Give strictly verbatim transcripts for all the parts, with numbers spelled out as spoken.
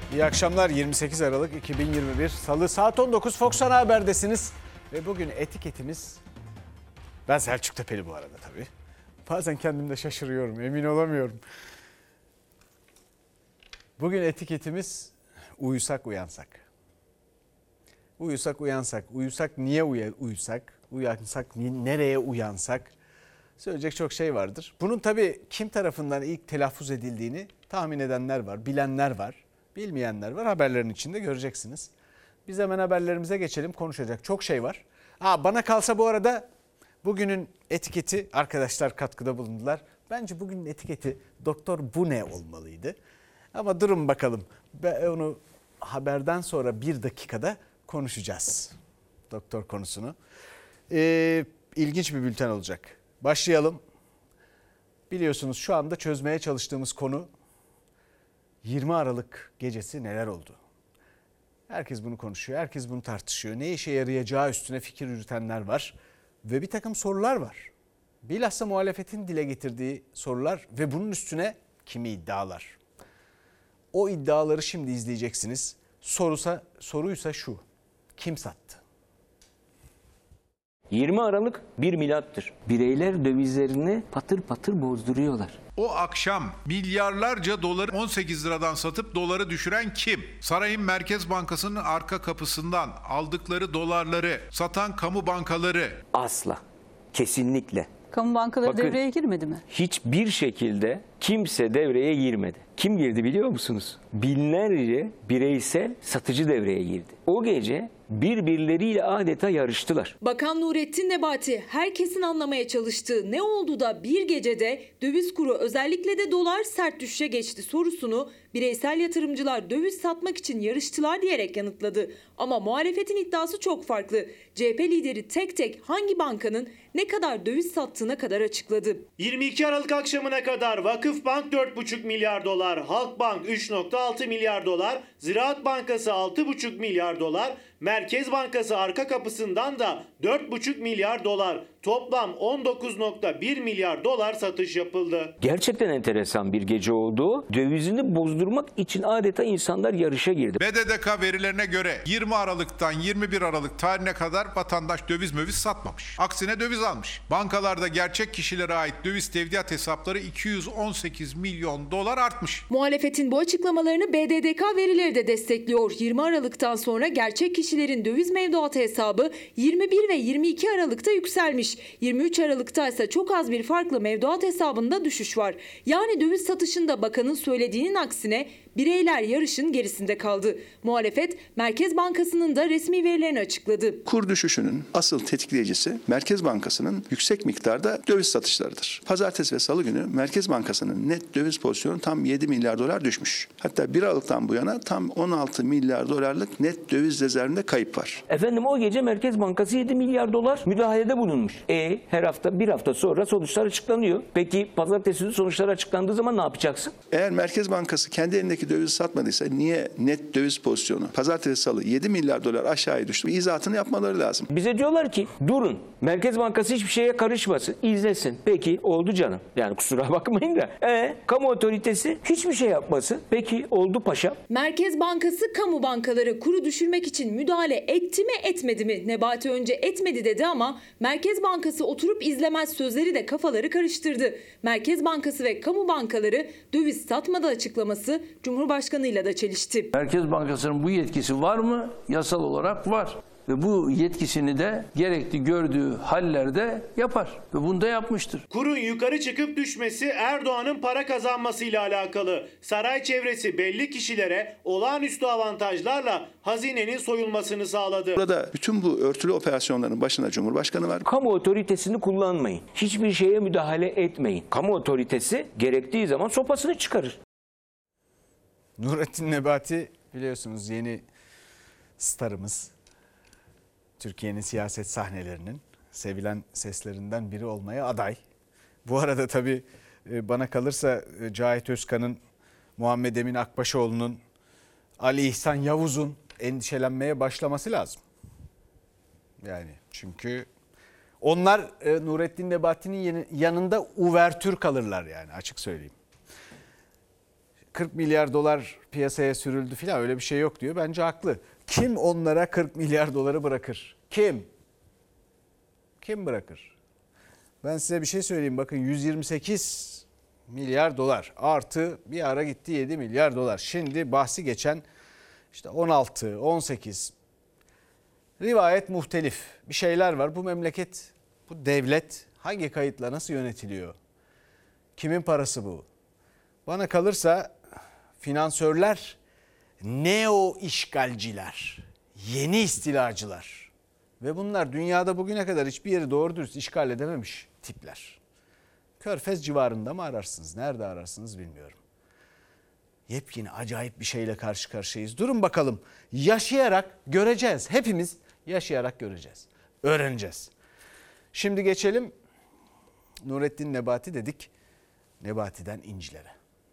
İyi akşamlar. yirmi sekiz Aralık iki bin yirmi bir Salı saat on dokuz Fox Ana Haber'desiniz. Ve bugün etiketimiz... Ben Selçuk Tepeli bu arada tabii. Bazen kendim de şaşırıyorum, emin olamıyorum. Bugün etiketimiz uyusak uyansak. Uyusak uyansak. Uyusak niye uya, uyusak? Uyansak nereye uyansak? Söyleyecek çok şey vardır. Bunun tabii kim tarafından ilk telaffuz edildiğini tahmin edenler var, bilenler var, bilmeyenler var. Haberlerin içinde göreceksiniz. Biz hemen haberlerimize geçelim. Konuşacak çok şey var. Ha, bana kalsa bu arada bugünün etiketi, arkadaşlar katkıda bulundular. Bence bugünün etiketi Doktor Bu ne olmalıydı. Ama durun bakalım. Ben onu haberden sonra bir dakikada konuşacağız. Doktor konusunu. Ee, ilginç bir bülten olacak. Başlayalım. Biliyorsunuz şu anda çözmeye çalıştığımız konu yirmi Aralık gecesi neler oldu? Herkes bunu konuşuyor, herkes bunu tartışıyor. Ne işe yarayacağı üstüne fikir yürütenler var. Ve bir takım sorular var. Bilhassa muhalefetin dile getirdiği sorular ve bunun üstüne kimi iddialar. O iddiaları şimdi izleyeceksiniz. Sorusa, soruysa şu: kim sattı? yirmi Aralık bir milattır. Bireyler dövizlerini patır patır bozduruyorlar. O akşam milyarlarca doları on sekiz liradan satıp doları düşüren kim? Sarayın Merkez Bankası'nın arka kapısından aldıkları dolarları satan kamu bankaları. Asla. Kesinlikle. Kamu bankaları Bakın, devreye girmedi mi? Hiçbir şekilde kimse devreye girmedi. Kim girdi biliyor musunuz? Binlerce bireysel satıcı devreye girdi. O gece birbirleriyle adeta yarıştılar. Bakan Nurettin Nebati herkesin anlamaya çalıştığı ne oldu da bir gecede döviz kuru özellikle de dolar sert düşüşe geçti sorusunu bireysel yatırımcılar döviz satmak için yarıştılar diyerek yanıtladı. Ama muhalefetin iddiası çok farklı. C H P lideri tek tek hangi bankanın ne kadar döviz sattığına kadar açıkladı. yirmi iki Aralık akşamına kadar Vakıfbank dört buçuk milyar dolar, Halkbank üç nokta altı milyar dolar, Ziraat Bankası altı buçuk milyar dolar, Merkez Bankası arka kapısından da dört buçuk milyar dolar, toplam on dokuz nokta bir milyar dolar satış yapıldı. Gerçekten enteresan bir gece oldu. Dövizini bozdurmak için adeta insanlar yarışa girdi. B D D K verilerine göre yirmi Aralık'tan yirmi bir Aralık tarihine kadar vatandaş döviz möviz satmamış. Aksine döviz almış. Bankalarda gerçek kişilere ait döviz tevdiat hesapları iki yüz on sekiz milyon dolar artmış. Muhalefetin bu açıklamalarını B D D K verileri de destekliyor. yirmi Aralık'tan sonra gerçek kişilerin döviz mevduatı hesabı yirmi bir ve yirmi iki Aralık'ta yükselmiş. yirmi üç Aralık'ta ise çok az bir farklı mevduat hesabında düşüş var. Yani döviz satışında bakanın söylediğinin aksine bireyler yarışın gerisinde kaldı. Muhalefet Merkez Bankası'nın da resmi verilerini açıkladı. Kur düşüşünün asıl tetikleyicisi Merkez Bankası'nın yüksek miktarda döviz satışlarıdır. Pazartesi ve Salı günü Merkez Bankası'nın net döviz pozisyonu tam yedi milyar dolar düşmüş. Hatta bir Aralık'tan bu yana tam on altı milyar dolarlık net döviz rezervinde kayıp var. Efendim o gece Merkez Bankası yedi milyar dolar müdahalede bulunmuş. E her hafta bir hafta sonra sonuçlar açıklanıyor. Peki pazartesi günü sonuçlar açıklandığı zaman ne yapacaksın? Eğer Merkez Bankası kendi elindeki dövizi satmadıysa niye net döviz pozisyonu pazartesi Salı yedi milyar dolar aşağıya düştü? İzahını yapmaları lazım. Bize diyorlar ki durun, Merkez Bankası hiçbir şeye karışmasın, izlesin. Peki oldu canım. Yani kusura bakmayın da. E, kamu otoritesi hiçbir şey yapmasın. Peki oldu paşam. Merkez Bankası kamu bankaları kuru düşürmek için müdahale etti mi etmedi mi? Nebati önce etmedi dedi ama Merkez Bankası oturup izlemez sözleri de kafaları karıştırdı. Merkez Bankası ve kamu bankaları döviz satmadı açıklaması Cumhurbaşkanıyla da çelişti. Merkez Bankası'nın bu yetkisi var mı? Yasal olarak var. Ve bu yetkisini de gerekli gördüğü hallerde yapar. Ve bunu da yapmıştır. Kurun yukarı çıkıp düşmesi Erdoğan'ın para kazanmasıyla alakalı. Saray çevresi belli kişilere olağanüstü avantajlarla hazinenin soyulmasını sağladı. Burada bütün bu örtülü operasyonların başında Cumhurbaşkanı var. Kamu otoritesini kullanmayın. Hiçbir şeye müdahale etmeyin. Kamu otoritesi gerektiği zaman sopasını çıkarır. Nurettin Nebati biliyorsunuz yeni starımız. Türkiye'nin siyaset sahnelerinin sevilen seslerinden biri olmaya aday. Bu arada tabii bana kalırsa Cahit Özkan'ın, Muhammed Emin Akbaşoğlu'nun, Ali İhsan Yavuz'un endişelenmeye başlaması lazım. Yani çünkü onlar Nurettin Nebati'nin yanında uvertür kalırlar yani, açık söyleyeyim. kırk milyar dolar piyasaya sürüldü filan, öyle bir şey yok diyor. Bence haklı. Kim onlara kırk milyar doları bırakır? Kim? Kim bırakır? Ben size bir şey söyleyeyim. Bakın yüz yirmi sekiz milyar dolar artı bir ara gitti yedi milyar dolar. Şimdi bahsi geçen işte on altı, on sekiz, rivayet muhtelif bir şeyler var. Bu memleket, bu devlet hangi kayıtla nasıl yönetiliyor? Kimin parası bu? Bana kalırsa finansörler, neo işgalciler, yeni istilacılar ve bunlar dünyada bugüne kadar hiçbir yeri doğru dürüst işgal edememiş tipler. Körfez civarında mı ararsınız? Nerede ararsınız bilmiyorum. Yepyeni acayip bir şeyle karşı karşıyayız. Durun bakalım. Yaşayarak göreceğiz. Hepimiz yaşayarak göreceğiz. Öğreneceğiz. Şimdi geçelim. Nurettin Nebati dedik. Nebati'den incilere.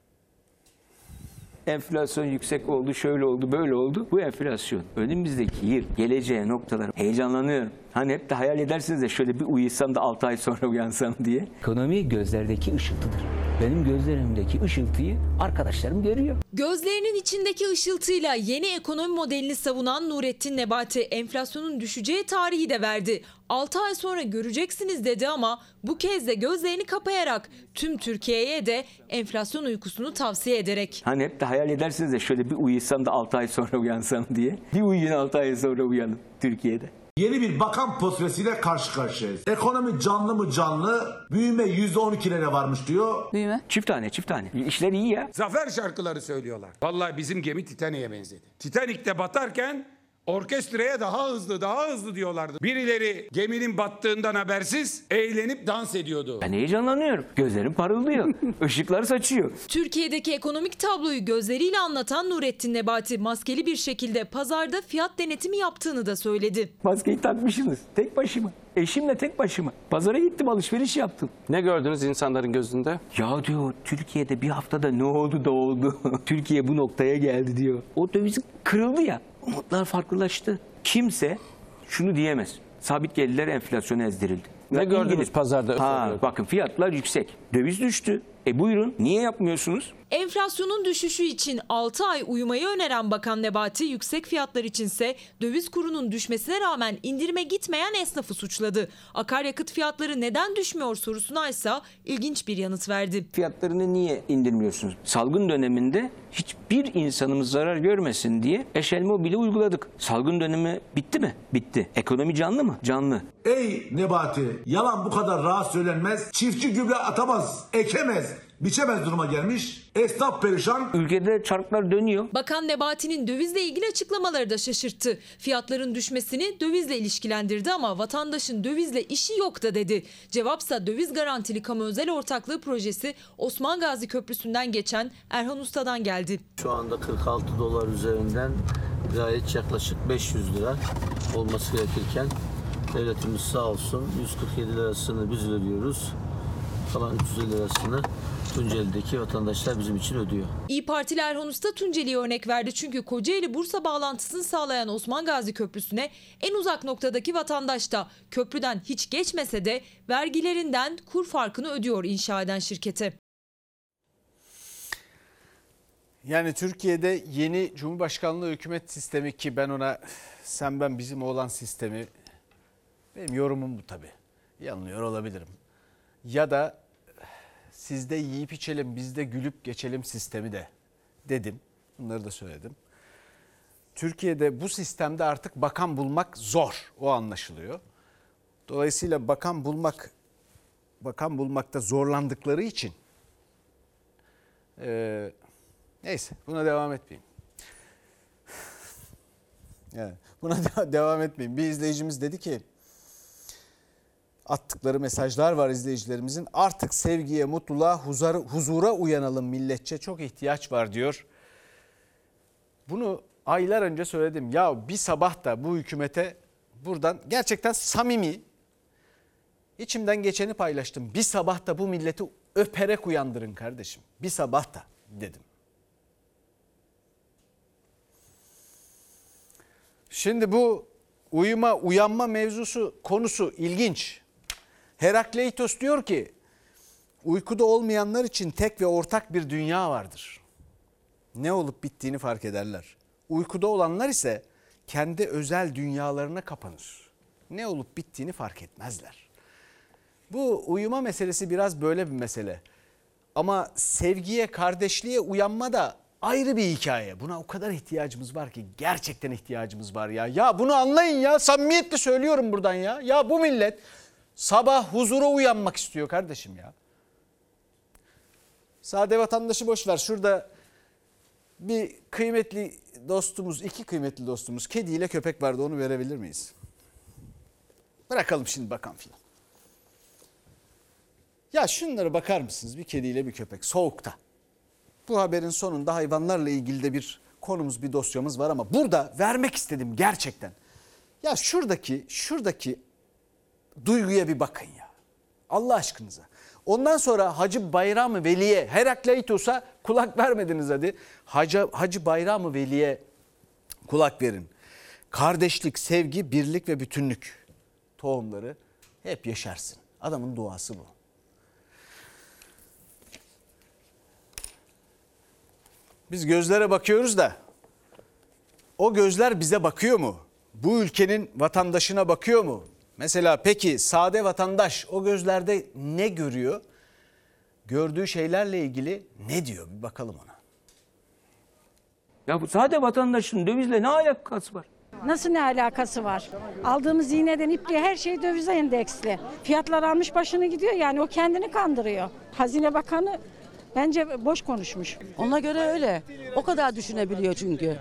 Enflasyon yüksek oldu, şöyle oldu, böyle oldu. Bu enflasyon önümüzdeki yıl geleceğe noktalar. Heyecanlanıyorum. Hani hep de hayal edersiniz de şöyle bir uyusam da altı ay sonra uyansam diye. Ekonomi gözlerdeki ışıltıdır. Benim gözlerimdeki ışıltıyı arkadaşlarım görüyor. Gözlerinin içindeki ışıltıyla yeni ekonomi modelini savunan Nurettin Nebati enflasyonun düşeceği tarihi de verdi. altı ay sonra göreceksiniz dedi ama bu kez de gözlerini kapayarak tüm Türkiye'ye de enflasyon uykusunu tavsiye ederek. Hani hep de hayal edersiniz de şöyle bir uyusam da altı ay sonra uyansam diye. Bir uyuyun altı ay sonra uyanın Türkiye'de. Yeni bir bakan portföyüyle karşı karşıyayız. Ekonomi canlı mı canlı, büyüme yüzde on ikilere varmış diyor. Büyüme? Çift tane çift tane. İşler iyi ya. Zafer şarkıları söylüyorlar. Vallahi bizim gemi Titanik'e benzedi. Titanik'te batarken orkestraya daha hızlı daha hızlı diyorlardı. Birileri geminin battığından habersiz eğlenip dans ediyordu. Ben heyecanlanıyorum. Gözlerim parıldıyor. Işıklar saçıyor. Türkiye'deki ekonomik tabloyu gözleriyle anlatan Nurettin Nebati maskeli bir şekilde pazarda fiyat denetimi yaptığını da söyledi. Maskeyi takmışsınız. Tek başıma. Eşimle tek başıma. Pazara gittim, alışveriş yaptım. Ne gördünüz insanların gözünde? Ya diyor, Türkiye'de bir haftada ne oldu da oldu. Türkiye bu noktaya geldi diyor. O döviz kırıldı ya. Umutlar farklılaştı. Kimse şunu diyemez. Sabit gelirler enflasyona ezdirildi. Ne Ya gördünüz İngiliz- pazarda? Ha, bakın fiyatlar yüksek. Döviz düştü. E buyurun, niye yapmıyorsunuz? Enflasyonun düşüşü için altı ay uyumayı öneren Bakan Nebati, yüksek fiyatlar içinse döviz kurunun düşmesine rağmen indirime gitmeyen esnafı suçladı. Akaryakıt fiyatları neden düşmüyor sorusuna ise ilginç bir yanıt verdi. Fiyatlarını niye indirmiyorsunuz? Salgın döneminde hiçbir insanımız zarar görmesin diye eşelmobili uyguladık. Salgın dönemi bitti mi? Bitti. Ekonomi canlı mı? Canlı. Ey Nebati, yalan bu kadar rahat söylenmez. Çiftçi gübre atamaz, ekemez, biçemez duruma gelmiş. Esnaf perişan. Ülkede çarklar dönüyor. Bakan Nebati'nin dövizle ilgili açıklamaları da şaşırttı. Fiyatların düşmesini dövizle ilişkilendirdi ama vatandaşın dövizle işi yok da dedi. Cevapsa döviz garantili kamu özel ortaklığı projesi Osman Gazi Köprüsü'nden geçen Erhan Usta'dan geldi. Şu anda kırk altı dolar üzerinden gayet yaklaşık beş yüz lira olması gerekirken devletimiz sağ olsun yüz kırk yedi lirasını biz ödüyoruz. Kalan üç yüz elli lirasını Tunceli'deki vatandaşlar bizim için ödüyor. İYİ Partili Erhan Usta Tunceli'ye örnek verdi çünkü Kocaeli-Bursa bağlantısını sağlayan Osman Gazi Köprüsü'ne en uzak noktadaki vatandaş da köprüden hiç geçmese de vergilerinden kur farkını ödüyor inşa eden şirkete. Yani Türkiye'de yeni Cumhurbaşkanlığı hükümet sistemi, ki ben ona sen ben bizim olan sistemi, benim yorumum bu tabii. Yanılıyor olabilirim. Ya da sizde yiyip içelim, bizde gülüp geçelim sistemi de dedim. Bunları da söyledim. Türkiye'de bu sistemde artık bakan bulmak zor. O anlaşılıyor. Dolayısıyla bakan bulmak bakan bulmakta zorlandıkları için e, neyse buna devam etmeyeyim. Yani buna de- devam etmeyeyim. Bir izleyicimiz dedi ki, attıkları mesajlar var izleyicilerimizin. Artık sevgiye, mutluluğa, huzura, huzura uyanalım milletçe, çok ihtiyaç var diyor. Bunu aylar önce söyledim. Ya bir sabah da bu hükümete buradan gerçekten samimi, içimden geçeni paylaştım. Bir sabah da bu milleti öperek uyandırın kardeşim. Bir sabah da dedim. Şimdi bu uyuma, uyanma mevzusu, konusu ilginç. Herakleitos diyor ki, uykuda olmayanlar için tek ve ortak bir dünya vardır. ne olup bittiğini fark ederler. Uykuda olanlar ise kendi özel dünyalarına kapanır. Ne olup bittiğini fark etmezler. Bu uyuma meselesi biraz böyle bir mesele. Ama sevgiye, kardeşliğe uyanma da ayrı bir hikaye. Buna o kadar ihtiyacımız var ki, gerçekten ihtiyacımız var ya. Ya bunu anlayın ya, samimiyetle söylüyorum buradan ya. Ya bu millet sabah huzura uyanmak istiyor kardeşim ya. Sade vatandaşı boş ver. Şurada bir kıymetli dostumuz, iki kıymetli dostumuz, kediyle köpek vardı, onu verebilir miyiz? Bırakalım şimdi bakan filan. Ya şunlara bakar mısınız, bir kediyle bir köpek soğukta. Bu haberin sonunda hayvanlarla ilgili de bir konumuz, bir dosyamız var ama burada vermek istedim gerçekten. Ya şuradaki, şuradaki duyguya bir bakın ya. Allah aşkınıza. Ondan sonra Hacı Bayram-ı Veli'ye, Herakleitos'a kulak vermediniz hadi. Hacı, Hacı Bayram-ı Veli'ye kulak verin. Kardeşlik, sevgi, birlik ve bütünlük tohumları hep yeşersin. Adamın duası bu. Biz gözlere bakıyoruz da o gözler bize bakıyor mu? Bu ülkenin vatandaşına bakıyor mu? Mesela peki sade vatandaş o gözlerde ne görüyor? Gördüğü şeylerle ilgili ne diyor? Bir bakalım ona. Ya bu sade vatandaşın dövizle ne alakası var? Nasıl ne alakası var? Aldığımız iğneden ipliğe her şey dövize endeksli. Fiyatlar almış başını gidiyor, yani o kendini kandırıyor. Hazine Bakanı bence boş konuşmuş. Ona göre öyle. O kadar düşünebiliyor çünkü.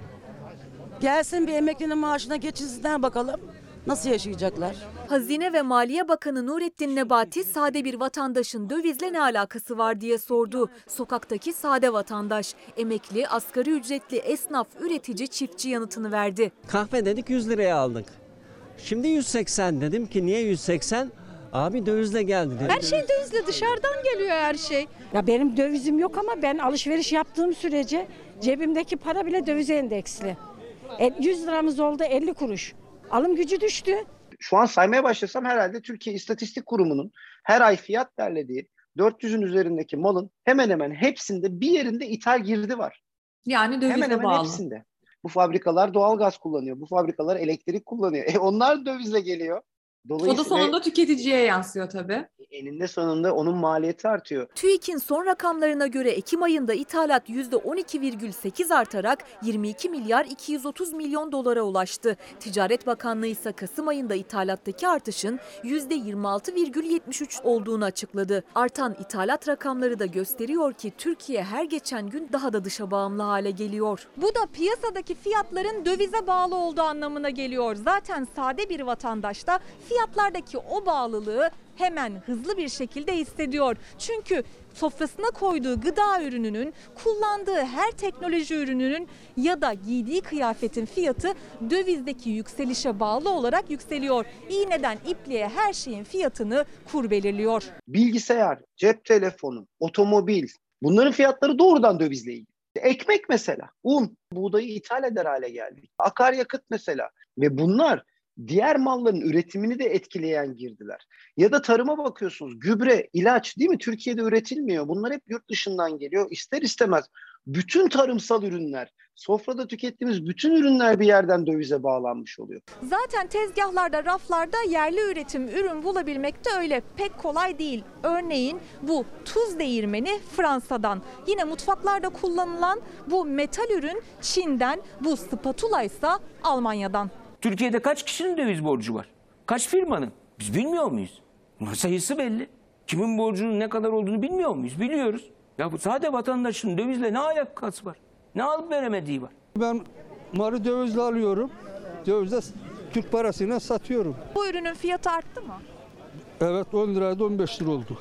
Gelsin bir emeklinin maaşına geçinsinler bakalım. Nasıl yaşayacaklar? Hazine ve Maliye Bakanı Nurettin Nebati sade bir vatandaşın dövizle ne alakası var diye sordu. Sokaktaki sade vatandaş, emekli, asgari ücretli, esnaf, üretici, çiftçi yanıtını verdi. Kahve dedik yüz liraya aldık. Şimdi yüz seksen, dedim ki niye yüz seksen? Abi dövizle geldi dedi. Her şey dövizle, dışarıdan geliyor her şey. Ya benim dövizim yok ama ben alışveriş yaptığım sürece cebimdeki para bile dövize endeksli. yüz liramız oldu elli kuruş. Alım gücü düştü. Şu an saymaya başlasam herhalde Türkiye İstatistik Kurumu'nun her ay fiyat derlediği dört yüzün üzerindeki malın hemen hemen hepsinde bir yerinde ithal girdi var. Yani dövize hemen hemen bağlı. hepsinde. Bu fabrikalar doğalgaz kullanıyor. Bu fabrikalar elektrik kullanıyor. E onlar dövizle geliyor. O da sonunda tüketiciye yansıyor tabii. Eninde sonunda onun maliyeti artıyor. TÜİK'in son rakamlarına göre Ekim ayında ithalat yüzde on iki virgül sekiz artarak yirmi iki milyar iki yüz otuz milyon dolara ulaştı. Ticaret Bakanlığı ise Kasım ayında ithalattaki artışın yüzde yirmi altı virgül yetmiş üç olduğunu açıkladı. Artan ithalat rakamları da gösteriyor ki Türkiye her geçen gün daha da dışa bağımlı hale geliyor. Bu da piyasadaki fiyatların dövize bağlı olduğu anlamına geliyor. Zaten sade bir vatandaş da fiyatlardaki o bağlılığı hemen hızlı bir şekilde hissediyor. Çünkü sofrasına koyduğu gıda ürününün, kullandığı her teknoloji ürününün ya da giydiği kıyafetin fiyatı dövizdeki yükselişe bağlı olarak yükseliyor. İğneden ipliğe her şeyin fiyatını kur belirliyor. Bilgisayar, cep telefonu, otomobil, bunların fiyatları doğrudan dövizle ilgili. Ekmek mesela, un, buğdayı ithal eder hale geldik. Akaryakıt mesela ve bunlar diğer malların üretimini de etkileyen girdiler. Ya da tarıma bakıyorsunuz, gübre, ilaç değil mi? Türkiye'de üretilmiyor. Bunlar hep yurt dışından geliyor. İster istemez bütün tarımsal ürünler, sofrada tükettiğimiz bütün ürünler bir yerden dövize bağlanmış oluyor. Zaten tezgahlarda, raflarda yerli üretim ürün bulabilmek de öyle pek kolay değil. Örneğin bu tuz değirmeni Fransa'dan. Yine mutfaklarda kullanılan bu metal ürün Çin'den, bu spatula ise Almanya'dan. Türkiye'de kaç kişinin döviz borcu var? Kaç firmanın? Biz bilmiyor muyuz? Sayısı belli. Kimin borcunun ne kadar olduğunu bilmiyor muyuz? Biliyoruz. Ya bu sade vatandaşın dövizle ne alakası var? Ne alıp veremediği var? Ben malı dövizle alıyorum. Dövizle Türk parasıyla satıyorum. Bu ürünün fiyatı arttı mı? Evet, on liraydı on beş lira oldu.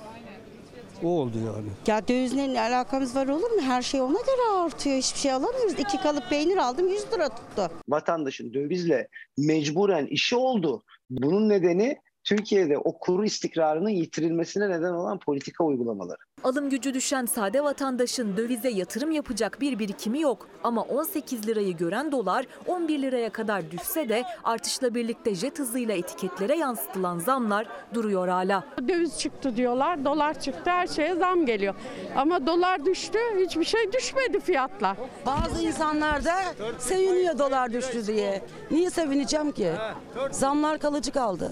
O oldu yani. Ya dövizle ne alakamız var olur mu? Her şey ona göre artıyor. Hiçbir şey alamıyoruz. İki kalıp peynir aldım yüz lira tuttu. Vatandaşın dövizle mecburen işi oldu. Bunun nedeni Türkiye'de o kuru istikrarının yitirilmesine neden olan politika uygulamaları. Alım gücü düşen sade vatandaşın dövize yatırım yapacak bir birikimi yok. Ama on sekiz lirayı gören dolar on bir liraya kadar düşse de artışla birlikte jet hızıyla etiketlere yansıtılan zamlar duruyor hala. Döviz çıktı diyorlar, dolar çıktı, her şeye zam geliyor. Ama dolar düştü, hiçbir şey düşmedi fiyatlar. Bazı insanlar da seviniyor dolar düştü diye. Niye sevineceğim ki? Zamlar kalıcı kaldı.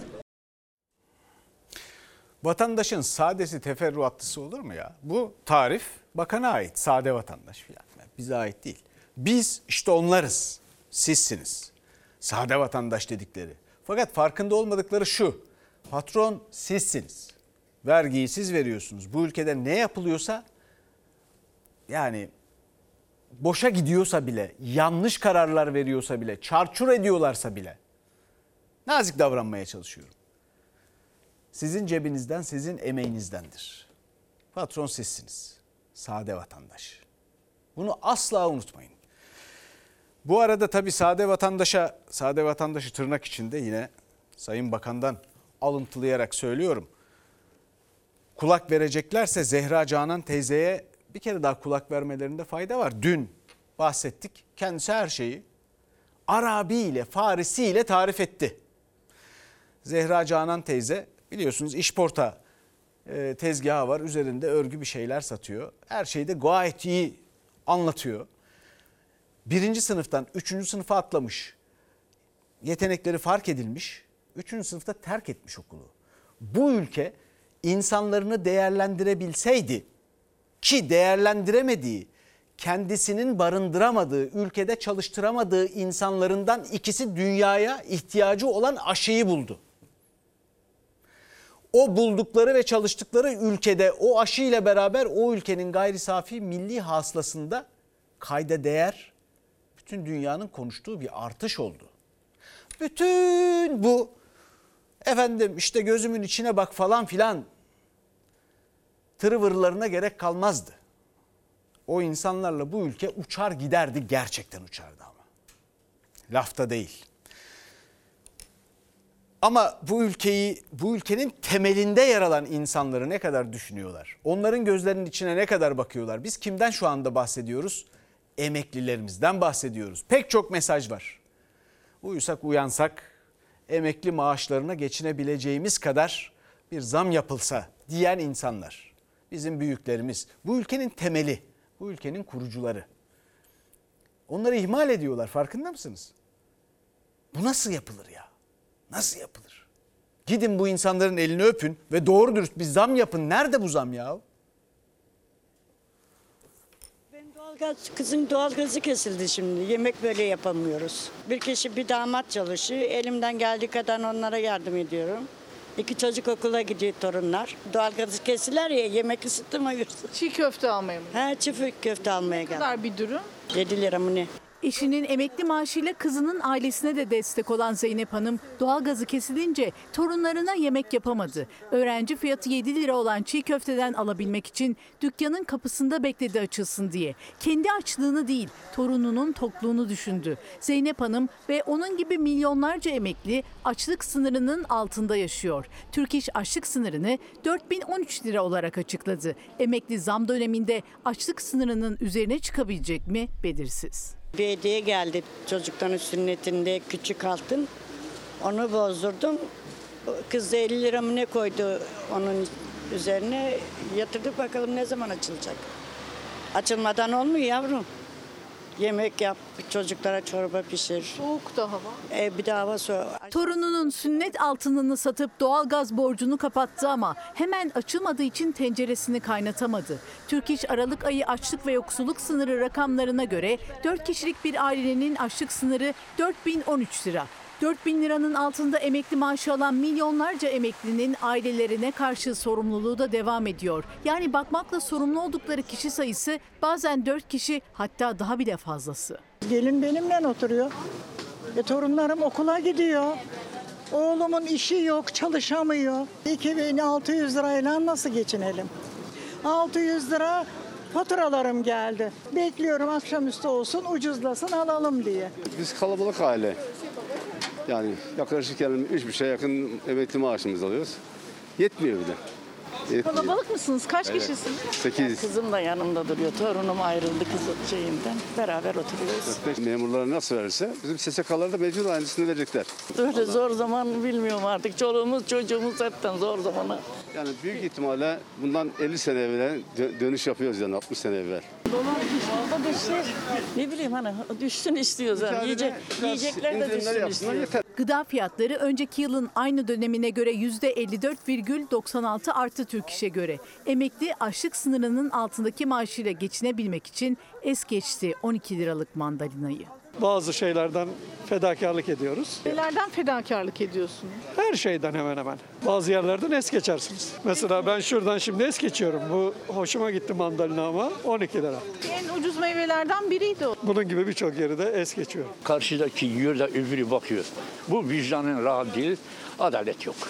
Vatandaşın sadesi teferruatlısı olur mu ya? Bu tarif bakana ait, sade vatandaş filan. Bize ait değil. Biz işte onlarız, sizsiniz. Sade vatandaş dedikleri. Fakat farkında olmadıkları şu: patron sizsiniz. Vergiyi siz veriyorsunuz. Bu ülkede ne yapılıyorsa, yani boşa gidiyorsa bile, yanlış kararlar veriyorsa bile, çarçur ediyorlarsa bile nazik davranmaya çalışıyorum. Sizin cebinizden, sizin emeğinizdendir. Patron sizsiniz. Sade vatandaş. Bunu asla unutmayın. Bu arada tabii sade vatandaşa, sade vatandaşı tırnak içinde yine Sayın Bakan'dan alıntılayarak söylüyorum. Kulak vereceklerse Zehra Canan teyzeye bir kere daha kulak vermelerinde fayda var. Dün bahsettik. Kendisi her şeyi Arabi ile, Farisi ile tarif etti. Zehra Canan teyze, biliyorsunuz işporta e, tezgahı var. Üzerinde örgü bir şeyler satıyor. Her şeyi de gayet iyi anlatıyor. Birinci sınıftan üçüncü sınıfa atlamış. Yetenekleri fark edilmiş. Üçüncü sınıfta terk etmiş okulu. Bu ülke insanlarını değerlendirebilseydi, ki değerlendiremediği, kendisinin barındıramadığı, ülkede çalıştıramadığı insanlarından ikisi dünyaya ihtiyacı olan aşıyı buldu. O buldukları ve çalıştıkları ülkede o aşıyla beraber o ülkenin gayri safi milli hasılasında kayda değer, bütün dünyanın konuştuğu bir artış oldu. Bütün bu efendim işte gözümün içine bak falan filan tırıvırlarına gerek kalmazdı. O insanlarla bu ülke uçar giderdi, gerçekten uçardı ama. Lafta değil. Ama bu ülkeyi, bu ülkenin temelinde yer alan insanları ne kadar düşünüyorlar? Onların gözlerinin içine ne kadar bakıyorlar? Biz kimden şu anda bahsediyoruz? Emeklilerimizden bahsediyoruz. Pek çok mesaj var. Uyusak uyansak emekli maaşlarına geçinebileceğimiz kadar bir zam yapılsa diyen insanlar. Bizim büyüklerimiz, bu ülkenin temeli, bu ülkenin kurucuları. Onları ihmal ediyorlar, farkında mısınız? Bu nasıl yapılır ya? Nasıl yapılır? Gidin bu insanların elini öpün ve doğru dürüst bir zam yapın. Nerede bu zam ya? Ben doğalgaz, kızın doğalgazı kesildi şimdi. Yemek böyle yapamıyoruz. Bir kişi bir damat çalışıyor. Elimden geldiği kadar onlara yardım ediyorum. İki çocuk okula gidiyor, torunlar. Doğalgazı kesiler ya, yemek ısıtmıyoruz. Çiğ köfte almaya mı? He, çiğ köfte almaya geldim. Ne kadar bir dürüm? yedi lira mı ne? Eşinin emekli maaşıyla kızının ailesine de destek olan Zeynep Hanım doğalgazı kesilince torunlarına yemek yapamadı. Öğrenci fiyatı yedi lira olan çiğ köfteden alabilmek için dükkanın kapısında bekledi açılsın diye. Kendi açlığını değil, torununun tokluğunu düşündü. Zeynep Hanım ve onun gibi milyonlarca emekli açlık sınırının altında yaşıyor. Türk İş açlık sınırını dört bin on üç lira olarak açıkladı. Emekli zam döneminde açlık sınırının üzerine çıkabilecek mi belirsiz. Bir hediye geldi çocukların sünnetinde, küçük altın. Onu bozdurdum. Kız da elli lira mı ne koydu onun üzerine. Yatırdık, bakalım ne zaman açılacak. Açılmadan olmuyor yavrum. Yemek yap, çocuklara çorba pişir. Soğuk da hava. E, bir de hava soğuk. Torununun sünnet altınını satıp doğalgaz borcunu kapattı ama hemen açılmadığı için tenceresini kaynatamadı. Türk İş Aralık ayı açlık ve yoksulluk sınırı rakamlarına göre dört kişilik bir ailenin açlık sınırı dört bin on üç lira. dört bin liranın altında emekli maaşı alan milyonlarca emeklinin ailelerine karşı sorumluluğu da devam ediyor. Yani bakmakla sorumlu oldukları kişi sayısı bazen dört kişi, hatta daha bile fazlası. Gelin benimle oturuyor. E, torunlarım okula gidiyor. Oğlumun işi yok, çalışamıyor. iki bin altı yüz lirayla nasıl geçinelim? altı yüz lira faturalarım geldi. Bekliyorum akşamüstü olsun, ucuzlasın alalım diye. Biz kalabalık aile. Yani yaklaşık yani üç buçuğa yakın emekli maaşımız alıyoruz. Yetmiyor bir de. Kalabalık mısınız? Kaç Evet. kişisiniz? sekiz. Kızım da yanımda duruyor. Torunum ayrıldı kız şeyinden. Beraber oturuyoruz. Memurlara nasıl verirse bizim S S K'larda da mecbur aynısını verecekler. Öyle zor zaman bilmiyorum artık. Çoluğumuz çocuğumuz hepten zor zamana. Yani büyük ihtimalle bundan elli sene evvel dö- dönüş yapıyoruz yani altmış sene evvel. Dolar düştü, düştü. Ne bileyim hani düşsün istiyoruz. Yani. Yiyecek, yiyecekler de düşsün istiyoruz. Gıda fiyatları önceki yılın aynı dönemine göre yüzde elli dört virgül doksan altı arttı Türk İş'e göre. Emekli açlık sınırının altındaki maaşıyla geçinebilmek için es geçti on iki liralık mandalinayı. Bazı şeylerden fedakarlık ediyoruz. Nelerden fedakarlık ediyorsunuz? Her şeyden hemen hemen. Bazı yerlerden es geçersiniz. Mesela ben şuradan şimdi es geçiyorum. Bu hoşuma gitti mandalina ama on iki lira. En ucuz meyvelerden biriydi o. Bunun gibi birçok yeri de es geçiyorum. Karşıdaki yiyor da öbürü bakıyor. Bu vicdanın rahat değil, adalet yok.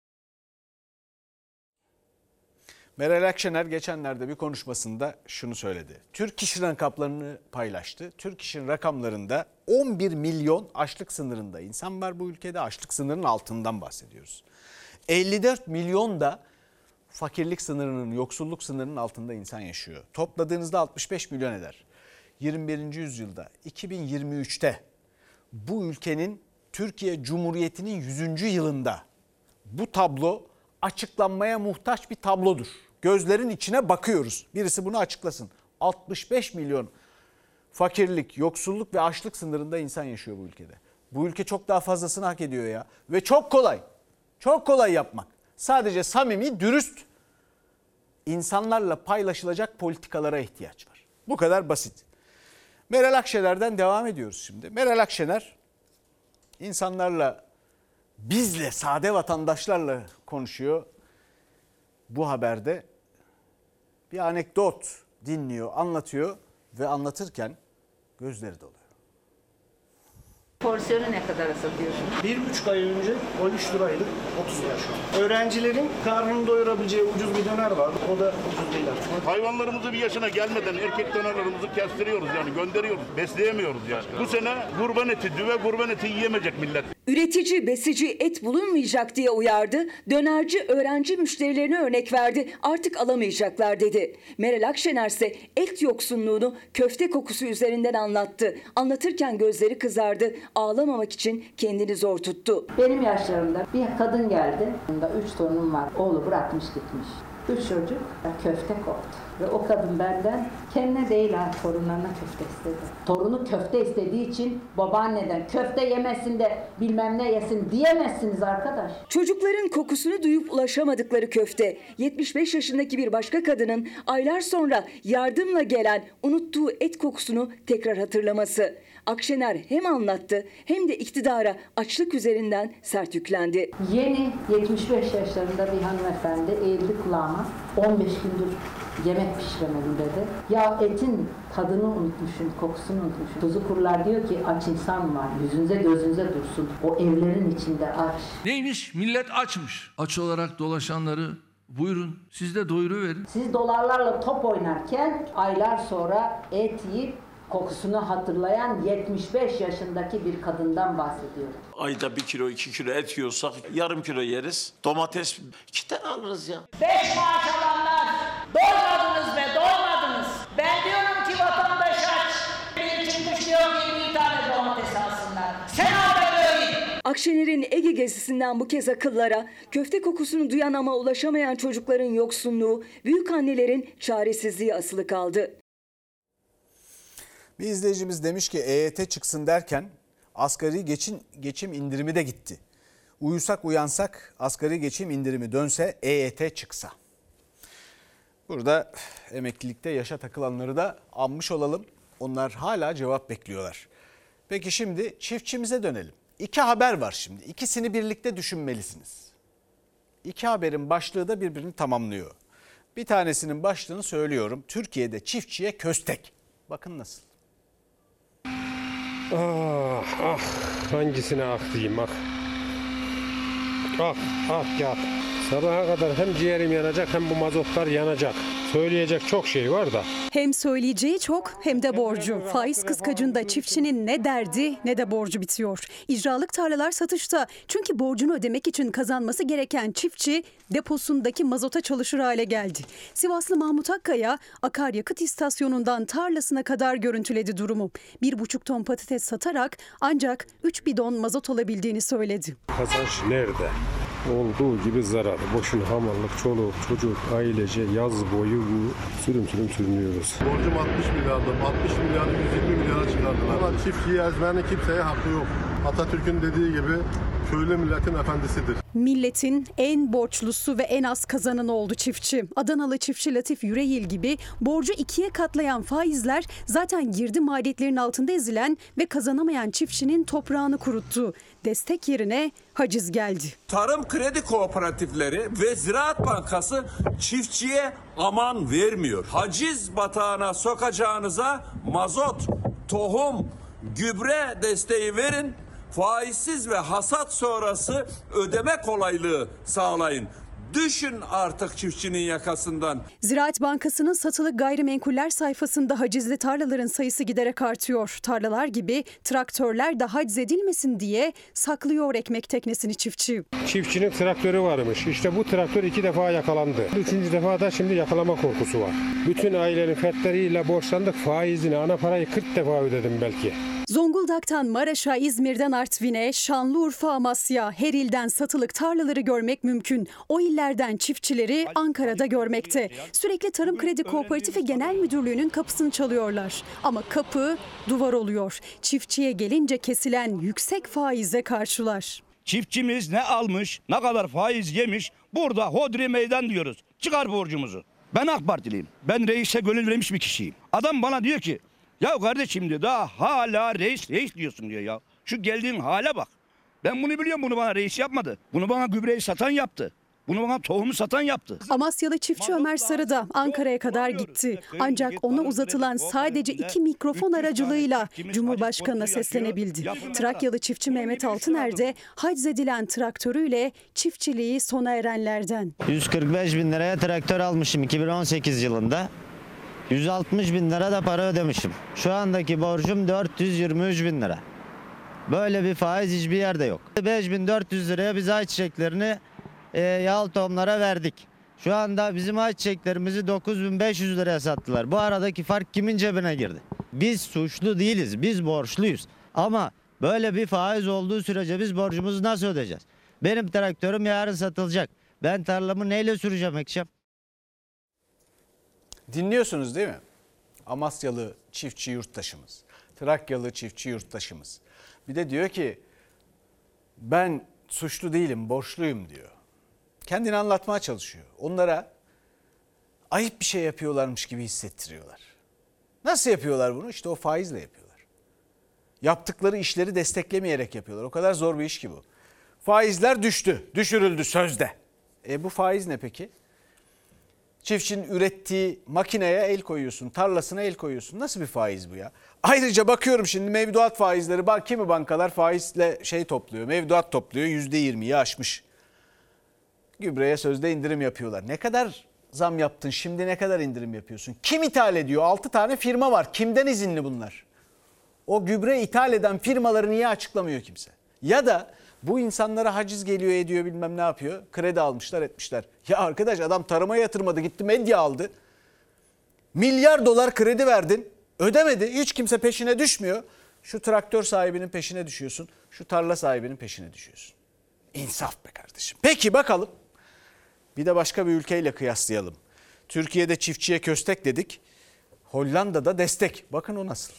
Meral Akşener geçenlerde bir konuşmasında şunu söyledi. Türk İş rakamlarını paylaştı. Türk İş'in rakamlarında on bir milyon açlık sınırında insan var bu ülkede. Açlık sınırının altından bahsediyoruz. elli dört milyon da fakirlik sınırının, yoksulluk sınırının altında insan yaşıyor. Topladığınızda altmış beş milyon eder. yirmi birinci yüzyılda iki bin yirmi üçte bu ülkenin Türkiye Cumhuriyeti'nin yüzüncü yılında bu tablo açıklanmaya muhtaç bir tablodur. Gözlerin içine bakıyoruz. Birisi bunu açıklasın. altmış beş milyon fakirlik, yoksulluk ve açlık sınırında insan yaşıyor bu ülkede. Bu ülke çok daha fazlasını hak ediyor ya. Ve çok kolay. Çok kolay yapmak. Sadece samimi, dürüst insanlarla paylaşılacak politikalara ihtiyaç var. Bu kadar basit. Meral Akşener'den devam ediyoruz şimdi. Meral Akşener insanlarla, bizle, sade vatandaşlarla konuşuyor. Bu haberde bir anekdot dinliyor, anlatıyor ve anlatırken gözleri doluyor. Porsiyonu ne kadara satıyorsunuz? Bir buçuk ay önce on üç liraydı, otuz lira şu an. Öğrencilerin karnını doyurabileceği ucuz bir döner var. O da ucuz değil artık. Hayvanlarımızı bir yaşına gelmeden erkek dönerlerimizi kestiriyoruz yani gönderiyoruz. Besleyemiyoruz yani. Bu sene kurban eti, düve kurban eti yiyemeyecek millet. Üretici, besici et bulunmayacak diye uyardı. Dönerci öğrenci müşterilerine örnek verdi. Artık alamayacaklar dedi. Meral Akşener ise et yoksunluğunu köfte kokusu üzerinden anlattı. Anlatırken gözleri kızardı. Ağlamamak için kendini zor tuttu. Benim yaşlarımda bir kadın geldi. Bunda üç torunum var. Oğlu bırakmış gitmiş. Üç çocuk köfte koptu. Ve o kadın benden kendine değil ha torunlarına köfte istedi. Torunu köfte istediği için babaanneden köfte yemesin de bilmem ne yesin diyemezsiniz arkadaş. Çocukların kokusunu duyup ulaşamadıkları köfte. yetmiş beş yaşındaki bir başka kadının aylar sonra yardımla gelen unuttuğu et kokusunu tekrar hatırlaması. Akşener hem anlattı hem de iktidara açlık üzerinden sert yüklendi. Yeni yetmiş beş yaşlarında bir hanımefendi eğildi kulağıma. on beş gündür yemek pişiremedim dedi. Ya etin tadını unutmuşum, kokusunu unutmuşum. Tuzu kurular diyor ki aç insan var. Yüzünüze gözünüze dursun. O evlerin içinde aç. Neymiş? Millet açmış. Aç olarak dolaşanları buyurun siz de doyuruverin. Siz dolarlarla top oynarken aylar sonra et yiyip kokusunu hatırlayan yetmiş beş yaşındaki bir kadından bahsediyorum. Ayda bir kilo iki kilo et yiyorsak yarım kilo yeriz. Domates iki tane alırız ya. Beş maaş alanlar doymadınız be doymadınız. Ben diyorum ki vatandaş aç. Bir çıkmış diyor yirmi tane domates alsınlar. Sen al da böyle. Akşener'in Ege gezisinden bu kez akıllara, köfte kokusunu duyan ama ulaşamayan çocukların yoksunluğu, büyükannelerin çaresizliği asılı kaldı. Bir izleyicimiz demiş ki E Y T çıksın derken asgari geçim, geçim indirimi de gitti. Uyusak uyansak asgari geçim indirimi dönse E Y T çıksa. Burada emeklilikte yaşa takılanları da anmış olalım. Onlar hala cevap bekliyorlar. Peki şimdi çiftçimize dönelim. İki haber var şimdi. İkisini birlikte düşünmelisiniz. İki haberin başlığı da birbirini tamamlıyor. Bir tanesinin başlığını söylüyorum. Türkiye'de çiftçiye köstek. Bakın nasıl. Ah ah hangisine ah diyeyim ah. Ah ah ya. Sabaha kadar hem ciğerim yanacak hem bu mazotlar yanacak. Söyleyecek çok şey var da. Hem söyleyeceği çok hem de borcu. Faiz kıskacında çiftçinin ne derdi ne de borcu bitiyor. İcralık tarlalar satışta. Çünkü borcunu ödemek için kazanması gereken çiftçi deposundaki mazota çalışır hale geldi. Sivaslı Mahmut Akkaya akaryakıt istasyonundan tarlasına kadar görüntüledi durumu. Bir buçuk ton patates satarak ancak üç bidon mazot alabildiğini söyledi. Kazanç nerede? Olduğu gibi zarar. Boşuna hamallık, çoluk, çocuk, ailece yaz boyu bu sürüm sürüm sürünüyoruz. Borcum altmış milyardı. altmış milyarı yüz yirmi milyara çıkardılar. Ama çiftçiyi ezmenin kimseye hakkı yok. Atatürk'ün dediği gibi köylü milletin efendisidir. Milletin en borçlusu ve en az kazananı oldu çiftçi. Adanalı çiftçi Latif Yüreğil gibi borcu ikiye katlayan faizler zaten girdi maliyetlerin altında ezilen ve kazanamayan çiftçinin toprağını kuruttu. Destek yerine haciz geldi. Tarım kredi kooperatifleri ve Ziraat Bankası çiftçiye aman vermiyor. Haciz batağına sokacağınıza mazot, tohum, gübre desteği verin. Faizsiz ve hasat sonrası ödeme kolaylığı sağlayın. Düşün artık çiftçinin yakasından. Ziraat Bankası'nın satılık gayrimenkuller sayfasında hacizli tarlaların sayısı giderek artıyor. Tarlalar gibi traktörler de haciz edilmesin diye saklıyor ekmek teknesini çiftçi. Çiftçinin traktörü varmış. İşte bu traktör iki defa yakalandı. Üçüncü defa da şimdi yakalama korkusu var. Bütün ailenin fertleriyle borçlandık. Faizini, ana parayı kırk defa ödedim belki. Zonguldak'tan Maraş'a, İzmir'den Artvin'e, Şanlıurfa, Amasya, her ilden satılık tarlaları görmek mümkün. O illerden çiftçileri Ankara'da görmekte. Sürekli Tarım Kredi Kooperatifi Genel Müdürlüğü'nün kapısını çalıyorlar. Ama kapı duvar oluyor. Çiftçiye gelince kesilen yüksek faize karşılar. Çiftçimiz ne almış, ne kadar faiz yemiş, burada hodri meydan diyoruz. Çıkar borcumuzu. Ben AK Partiliyim. Ben reise gönül vermiş bir kişiyim. Adam bana diyor ki, ya kardeşim diyor, daha hala reis reis diyorsun diyor ya. Şu geldiğin hale bak. Ben bunu biliyorum, bunu bana reis yapmadı. Bunu bana gübreyi satan yaptı. Bunu bana tohumu satan yaptı. Amasyalı çiftçi Ömer Sarı da Ankara'ya kadar gitti. Ancak ona uzatılan sadece iki mikrofon aracılığıyla Cumhurbaşkanı'na seslenebildi. Trakyalı çiftçi Mehmet Altıner de haczedilen traktörüyle çiftçiliği sona erenlerden. yüz kırk beş bin liraya traktör almışım iki bin on sekiz yılında. yüz altmış bin lira da para ödemişim. Şu andaki borcum dört yüz yirmi üç bin lira. Böyle bir faiz hiçbir yerde yok. beş bin dört yüz liraya biz ayçiçeklerini e, yağlı tohumlara verdik. Şu anda bizim ayçiçeklerimizi dokuz bin beş yüz liraya sattılar. Bu aradaki fark kimin cebine girdi? Biz suçlu değiliz, biz borçluyuz. Ama böyle bir faiz olduğu sürece biz borcumuzu nasıl ödeyeceğiz? Benim traktörüm yarın satılacak. Ben tarlamı neyle süreceğim ekşem? Dinliyorsunuz değil mi? Amasyalı çiftçi yurttaşımız, Trakyalı çiftçi yurttaşımız. Bir de diyor ki ben suçlu değilim, borçluyum diyor. Kendini anlatmaya çalışıyor. Onlara ayıp bir şey yapıyorlarmış gibi hissettiriyorlar. Nasıl yapıyorlar bunu? İşte o faizle yapıyorlar. Yaptıkları işleri desteklemeyerek yapıyorlar. O kadar zor bir iş ki bu. Faizler düştü, düşürüldü sözde. E bu faiz ne peki? Çiftçinin ürettiği makineye el koyuyorsun, tarlasına el koyuyorsun. Nasıl bir faiz bu ya? Ayrıca bakıyorum şimdi mevduat faizleri, bak kimi bankalar faizle şey topluyor, mevduat topluyor, yüzde yirmiyi aşmış. Gübreye sözde indirim yapıyorlar. Ne kadar zam yaptın, şimdi ne kadar indirim yapıyorsun? Kim ithal ediyor? altı tane firma var. Kimden izinli bunlar? O gübre ithal eden firmaları niye açıklamıyor kimse? Ya da bu insanlara haciz geliyor ediyor bilmem ne yapıyor. Kredi almışlar etmişler. Ya arkadaş adam tarıma yatırmadı, gitti medya aldı. Milyar dolar kredi verdin, ödemedi. Hiç kimse peşine düşmüyor. Şu traktör sahibinin peşine düşüyorsun. Şu tarla sahibinin peşine düşüyorsun. İnsaf be kardeşim. Peki bakalım. Bir de başka bir ülkeyle kıyaslayalım. Türkiye'de çiftçiye köstek dedik. Hollanda'da destek. Bakın o nasıl?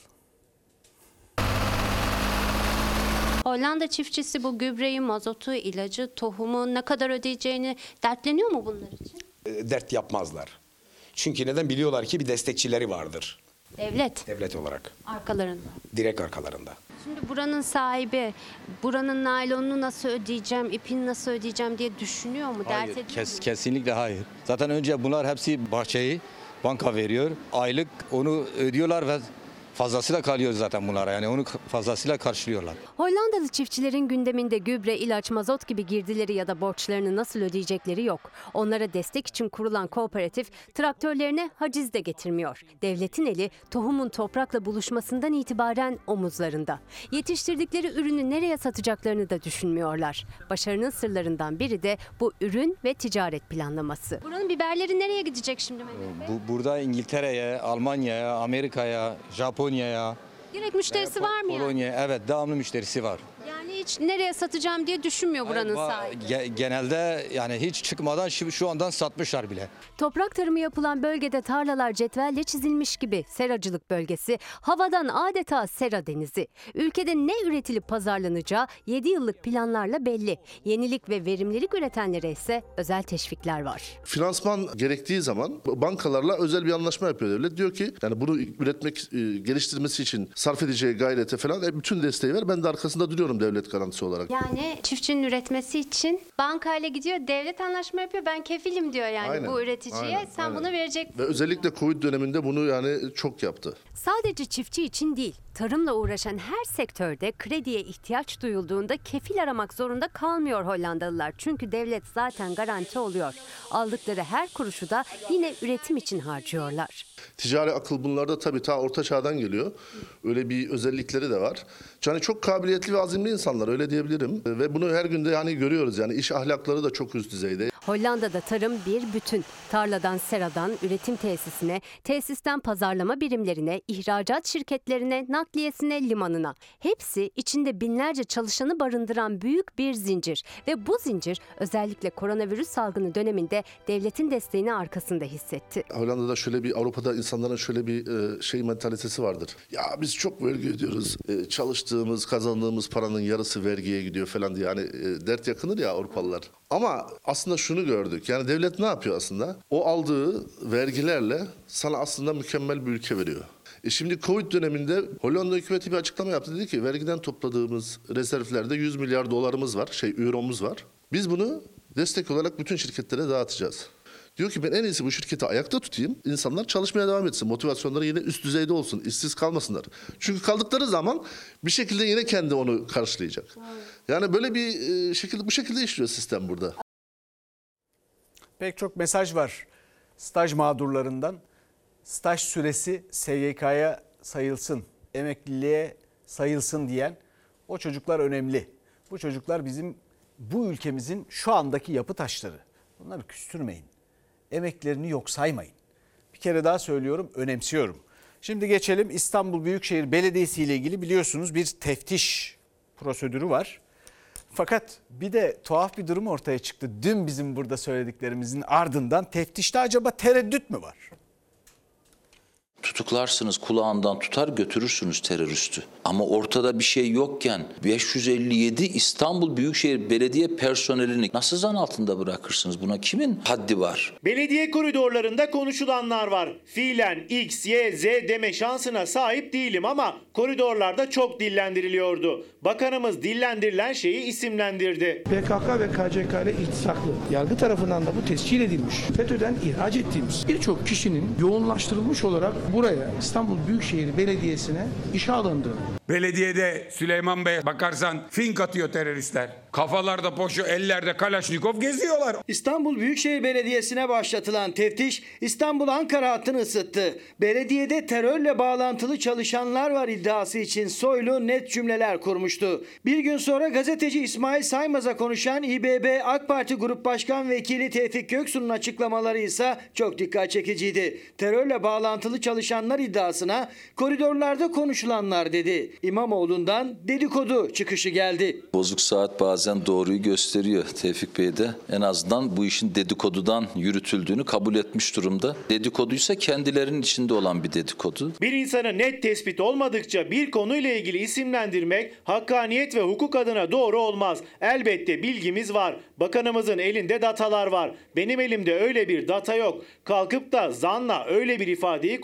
Hollanda çiftçisi bu gübreyi, mazotu, ilacı, tohumu ne kadar ödeyeceğini dertleniyor mu bunlar için? Dert yapmazlar. Çünkü neden? Biliyorlar ki bir destekçileri vardır. Devlet. Devlet olarak. Arkalarında. Direkt arkalarında. Şimdi buranın sahibi, buranın naylonunu nasıl ödeyeceğim, ipini nasıl ödeyeceğim diye düşünüyor mu? Hayır, Dert ediyor kes, mu? kesinlikle hayır. Zaten önce bunlar hepsi bahçeyi banka veriyor. Aylık onu ödüyorlar ve Fazlasıyla kalıyor zaten bunlara, yani onu fazlasıyla karşılıyorlar. Hollandalı çiftçilerin gündeminde gübre, ilaç, mazot gibi girdileri ya da borçlarını nasıl ödeyecekleri yok. Onlara destek için kurulan kooperatif traktörlerine haciz de getirmiyor. Devletin eli tohumun toprakla buluşmasından itibaren omuzlarında. Yetiştirdikleri ürünü nereye satacaklarını da düşünmüyorlar. Başarının sırlarından biri de bu ürün ve ticaret planlaması. Buranın biberleri nereye gidecek şimdi Mehmet Bey? Bu, burada İngiltere'ye, Almanya'ya, Amerika'ya, Japonya'ya, Direkt müşterisi var mı yani? Polonya'ya, evet, devamlı müşterisi var. Yani hiç nereye satacağım diye düşünmüyor buranın Ba- sahibi. ge- Genelde yani hiç çıkmadan şu, şu andan satmışlar bile. Toprak tarımı yapılan bölgede tarlalar cetvelle çizilmiş gibi. Seracılık bölgesi, havadan adeta sera denizi. Ülkede ne üretilip pazarlanacağı yedi yıllık planlarla belli. Yenilik ve verimlilik üretenlere ise özel teşvikler var. Finansman gerektiği zaman bankalarla özel bir anlaşma yapıyor devlet. Diyor ki yani bunu üretmek, e, geliştirmesi için sarf edeceği gayrete falan e, bütün desteği ver. Ben de arkasında duruyorum devlet garantisi olarak. Yani çiftçinin üretmesi için bankayla gidiyor, devlet anlaşma yapıyor. Ben kefilim diyor yani Aynen, bu üreticiye. aynen, Sen aynen. bunu vereceksin. Ve özellikle Covid döneminde bunu yani çok yaptı. Sadece çiftçi için değil, tarımla uğraşan her sektörde krediye ihtiyaç duyulduğunda kefil aramak zorunda kalmıyor Hollandalılar. Çünkü devlet zaten garanti oluyor. Aldıkları her kuruşu da yine üretim için harcıyorlar. Ticari akıl bunlarda tabii ta orta çağdan geliyor. Öyle bir özellikleri de var. Yani çok kabiliyetli ve azimli insanlar, öyle diyebilirim. Ve bunu her günde yani görüyoruz, yani iş ahlakları da çok üst düzeyde. Hollanda'da tarım bir bütün. Tarladan seradan üretim tesisine, tesisten pazarlama birimlerine, ihracat şirketlerine, nakliyesine, limanına. Hepsi içinde binlerce çalışanı barındıran büyük bir zincir. Ve bu zincir özellikle koronavirüs salgını döneminde devletin desteğini arkasında hissetti. Hollanda'da şöyle bir, Avrupa'da insanların şöyle bir e, şey mentalitesi vardır. Ya biz çok vergi ödüyoruz. E, çalıştığımız, kazandığımız paranın yarısı vergiye gidiyor falan diye. Yani e, dert yakınır ya Avrupalılar. Ama aslında şunu gördük. Yani devlet ne yapıyor aslında? O aldığı vergilerle sana aslında mükemmel bir ülke veriyor. E şimdi Covid döneminde Hollanda hükümeti bir açıklama yaptı. Dedi ki vergiden topladığımız rezervlerde yüz milyar dolarımız var, şey euromuz var. Biz bunu destek olarak bütün şirketlere dağıtacağız. Diyor ki ben en iyisi bu şirketi ayakta tutayım. İnsanlar çalışmaya devam etsin. Motivasyonları yine üst düzeyde olsun. İşsiz kalmasınlar. Çünkü kaldıkları zaman bir şekilde yine kendi onu karşılayacak. Yani böyle bir şekilde, bu şekilde işliyor sistem burada. Pek çok mesaj var staj mağdurlarından. Staj süresi S G K'ya sayılsın, emekliliğe sayılsın diyen o çocuklar önemli. Bu çocuklar bizim, bu ülkemizin şu andaki yapı taşları. Bunları küstürmeyin. Emeklerini yok saymayın. Bir kere daha söylüyorum, önemsiyorum. Şimdi geçelim İstanbul Büyükşehir Belediyesi ile ilgili, biliyorsunuz bir teftiş prosedürü var. Fakat bir de tuhaf bir durum ortaya çıktı. Dün bizim burada söylediklerimizin ardından teftişte acaba tereddüt mü var? Tutuklarsınız, kulağından tutar götürürsünüz teröristi. Ama ortada bir şey yokken beş yüz elli yedi İstanbul Büyükşehir Belediye personelini nasıl zan altında bırakırsınız? Buna kimin haddi var? Belediye koridorlarında konuşulanlar var. Fiilen X, Y, Z deme şansına sahip değilim ama koridorlarda çok dillendiriliyordu. Bakanımız dillendirilen şeyi isimlendirdi. P K K ve K C K ile iltisaklı. Yargı tarafından da bu tescil edilmiş. FETÖ'den ihraç ettiğimiz birçok kişinin yoğunlaştırılmış olarak buraya İstanbul Büyükşehir Belediyesi'ne işe alındı. Belediyede Süleyman Bey bakarsan fink atıyor teröristler. Kafalarda poşu, ellerde Kalaşnikov geziyorlar. İstanbul Büyükşehir Belediyesi'ne başlatılan teftiş İstanbul-Ankara hattını ısıttı. Belediyede terörle bağlantılı çalışanlar var iddiası için Soylu net cümleler kurmuştu. Bir gün sonra gazeteci İsmail Saymaz'a konuşan İ B B AK Parti Grup Başkan Vekili Tevfik Göksu'nun açıklamaları ise çok dikkat çekiciydi. Terörle bağlantılı çalışanlar iddiasına koridorlarda konuşulanlar dedi. İmamoğlu'ndan dedikodu çıkışı geldi. Bozuk saat bazen doğruyu gösteriyor. Tevfik Bey de en azından bu işin dedikodudan yürütüldüğünü kabul etmiş durumda. Dedikoduysa kendilerinin içinde olan bir dedikodu. Bir insanı net tespit olmadıkça bir konuyla ilgili isimlendirmek hakkaniyet ve hukuk adına doğru olmaz. Elbette bilgimiz var. Bakanımızın elinde datalar var. Benim elimde öyle bir data yok. Kalkıp da zanla öyle bir ifadeyi kullanmak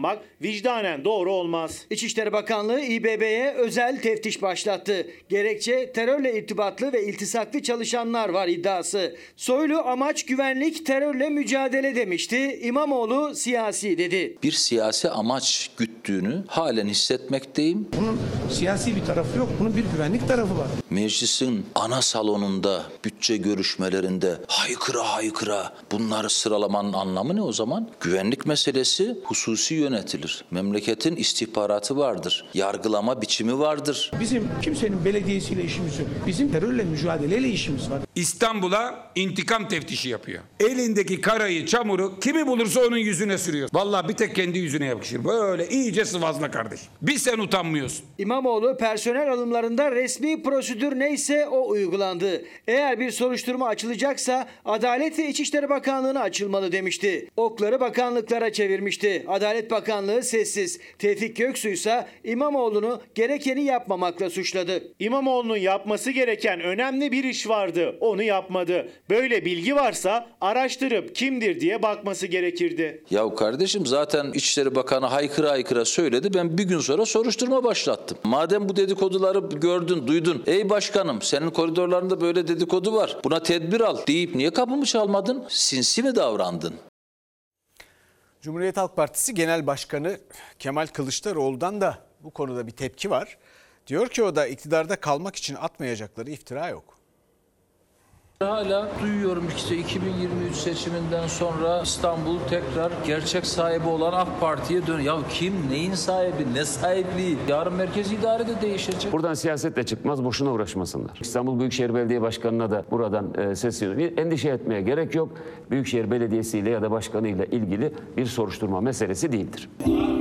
yapmak vicdanen doğru olmaz. İçişleri Bakanlığı İ B B'ye özel teftiş başlattı. Gerekçe terörle irtibatlı ve iltisaklı çalışanlar var iddiası. Soylu amaç güvenlik, terörle mücadele demişti. İmamoğlu siyasi dedi. Bir siyasi amaç güttüğünü halen hissetmekteyim. Bunun siyasi bir tarafı yok. Bunun bir güvenlik tarafı var. Meclisin ana salonunda, bütçe görüşmelerinde haykıra haykıra bunları sıralamanın anlamı ne o zaman? Güvenlik meselesi hususi yönetilir. Memleketin istihbaratı vardır. Yargılama biçimi vardır. Bizim kimsenin belediyesiyle işimiz yok. Bizim terörle mücadeleyle işimiz var. İstanbul'a intikam teftişi yapıyor. Elindeki karayı, çamuru kimi bulursa onun yüzüne sürüyor. Vallahi bir tek kendi yüzüne yakışır. Böyle iyice sıvazla kardeş. Bir sen utanmıyorsun. İmamoğlu personel alımlarında resmi prosedür neyse o uygulandı. Eğer bir soruşturma açılacaksa Adalet ve İçişleri Bakanlığı'na açılmalı demişti. Okları bakanlıklara çevirmişti. Adalet Bakanlığı sessiz. Tevfik Göksu ise İmamoğlu'nu gerekeni yapmamakla suçladı. İmamoğlu'nun yapması gereken önemli bir iş vardı. Onu yapmadı. Böyle bilgi varsa araştırıp kimdir diye bakması gerekirdi. Yahu kardeşim zaten İçişleri Bakanı haykıra haykıra söyledi. Ben bir gün sonra soruşturma başlattım. Madem bu dedikoduları gördün, duydun. Ey başkanım senin koridorlarında böyle dedikodu var. Buna tedbir al deyip niye kapımı çalmadın? Sinsi mi davrandın? Cumhuriyet Halk Partisi Genel Başkanı Kemal Kılıçdaroğlu'dan da bu konuda bir tepki var. Diyor ki o da iktidarda kalmak için atmayacakları iftira yok. Hala duyuyorum işte iki bin yirmi üç seçiminden sonra İstanbul tekrar gerçek sahibi olan AK Parti'ye dönüyor. Ya kim neyin sahibi, ne sahipliği? Yarın merkez idare de değişecek. Buradan siyasetle çıkmaz, boşuna uğraşmasınlar. İstanbul Büyükşehir Belediye Başkanı'na da buradan e, sesleniyorum. Endişe etmeye gerek yok. Büyükşehir Belediyesi ile ya da başkanıyla ilgili bir soruşturma meselesi değildir.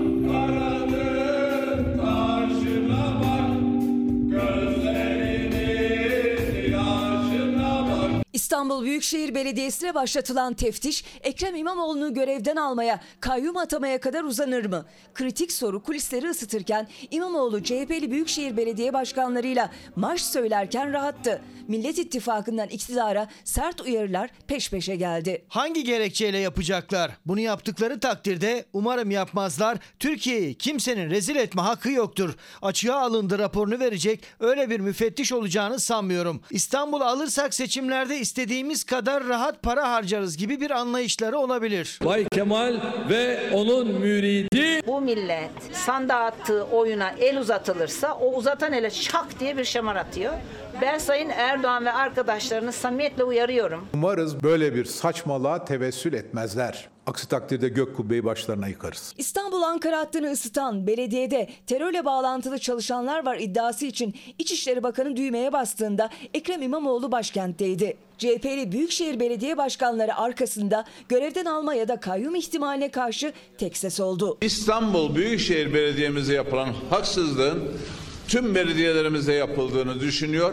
İstanbul Büyükşehir Belediyesi'ne başlatılan teftiş Ekrem İmamoğlu'nu görevden almaya, kayyum atamaya kadar uzanır mı? Kritik soru kulisleri ısıtırken İmamoğlu C H P'li Büyükşehir Belediye Başkanlarıyla marş söylerken rahattı. Millet İttifakı'ndan iktidara sert uyarılar peş peşe geldi. Hangi gerekçeyle yapacaklar? Bunu yaptıkları takdirde umarım yapmazlar. Türkiye'yi kimsenin rezil etme hakkı yoktur. Açığa alındı raporunu verecek öyle bir müfettiş olacağını sanmıyorum. İstanbul'u alırsak seçimlerde istediğimiz kadar rahat para harcarız gibi bir anlayışları olabilir. Bay Kemal ve onun müridi. Bu millet sandığa attığı oyuna el uzatılırsa o uzatan ele şak diye bir şamar atıyor. Ben Sayın Erdoğan ve arkadaşlarını samimiyetle uyarıyorum. Umarız böyle bir saçmalığa tevessül etmezler. Aksi takdirde gök kubbeyi başlarına yıkarız. İstanbul-Ankara hattını ısıtan belediyede terörle bağlantılı çalışanlar var iddiası için İçişleri Bakanı düğmeye bastığında Ekrem İmamoğlu başkentteydi. C H P'li Büyükşehir Belediye Başkanları arkasında görevden alma ya da kayyum ihtimaline karşı tek ses oldu. İstanbul Büyükşehir Belediye'mize yapılan haksızlığın tüm belediyelerimizde yapıldığını düşünüyor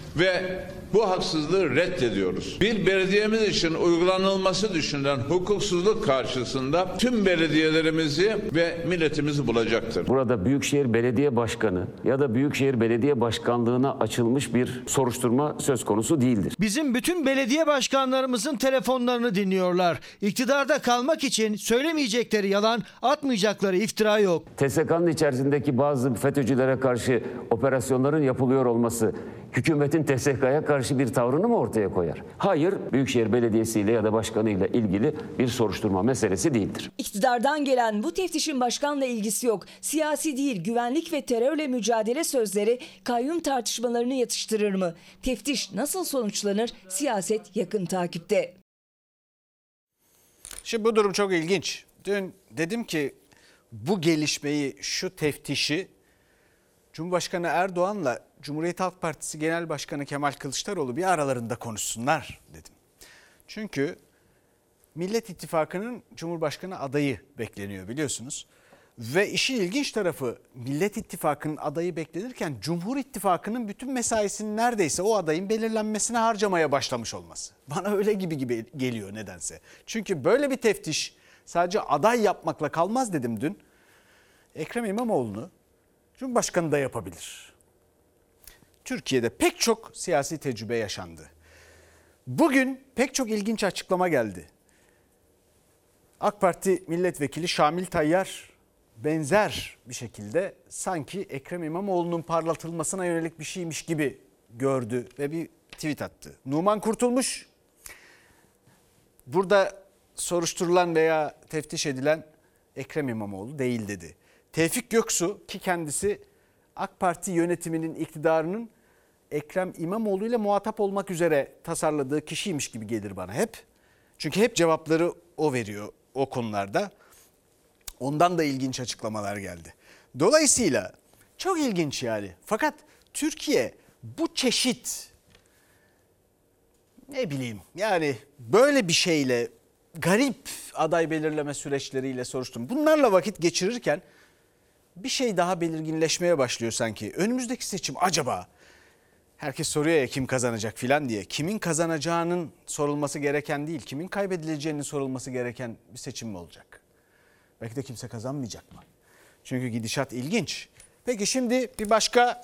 ve bu haksızlığı reddediyoruz. Bir belediyemiz için uygulanılması düşünülen hukuksuzluk karşısında tüm belediyelerimizi ve milletimizi bulacaktır. Burada Büyükşehir Belediye Başkanı ya da Büyükşehir Belediye Başkanlığı'na açılmış bir soruşturma söz konusu değildir. Bizim bütün belediye başkanlarımızın telefonlarını dinliyorlar. İktidarda kalmak için söylemeyecekleri yalan, atmayacakları iftira yok. T S K'nın içerisindeki bazı FETÖ'cülere karşı operasyonların yapılıyor olması hükümetin T S K'ya karşı bir tavrını mı ortaya koyar? Hayır, Büyükşehir Belediyesi ile ya da başkanıyla ilgili bir soruşturma meselesi değildir. İktidardan gelen bu teftişin başkanla ilgisi yok. Siyasi değil, güvenlik ve terörle mücadele sözleri kayyum tartışmalarını yatıştırır mı? Teftiş nasıl sonuçlanır? Siyaset yakın takipte. Şimdi bu durum çok ilginç. Dün dedim ki bu gelişmeyi, şu teftişi Cumhurbaşkanı Erdoğan'la Cumhuriyet Halk Partisi Genel Başkanı Kemal Kılıçdaroğlu bir aralarında konuşsunlar dedim. Çünkü Millet İttifakı'nın Cumhurbaşkanı adayı bekleniyor biliyorsunuz. Ve işin ilginç tarafı Millet İttifakı'nın adayı beklenirken Cumhur İttifakı'nın bütün mesaisini neredeyse o adayın belirlenmesine harcamaya başlamış olması. Bana öyle gibi gibi geliyor nedense. Çünkü böyle bir teftiş sadece aday yapmakla kalmaz dedim dün. Ekrem İmamoğlu'nu Cumhurbaşkanı da yapabilir. Türkiye'de pek çok siyasi tecrübe yaşandı. Bugün pek çok ilginç açıklama geldi. AK Parti Milletvekili Şamil Tayyar benzer bir şekilde sanki Ekrem İmamoğlu'nun parlatılmasına yönelik bir şeymiş gibi gördü ve bir tweet attı. Numan Kurtulmuş, burada soruşturulan veya teftiş edilen Ekrem İmamoğlu değil dedi. Tevfik Göksu, ki kendisi AK Parti yönetiminin, iktidarının Ekrem İmamoğlu ile muhatap olmak üzere tasarladığı kişiymiş gibi gelir bana hep. Çünkü hep cevapları o veriyor o konularda. Ondan da ilginç açıklamalar geldi. Dolayısıyla çok ilginç yani. Fakat Türkiye bu çeşit, ne bileyim yani böyle bir şeyle, garip aday belirleme süreçleriyle soruşturma, bunlarla vakit geçirirken bir şey daha belirginleşmeye başlıyor sanki. Önümüzdeki seçim acaba, herkes soruyor ya kim kazanacak filan diye. Kimin kazanacağının sorulması gereken değil, kimin kaybedileceğinin sorulması gereken bir seçim mi olacak? Belki de kimse kazanmayacak mı? Çünkü gidişat ilginç. Peki şimdi bir başka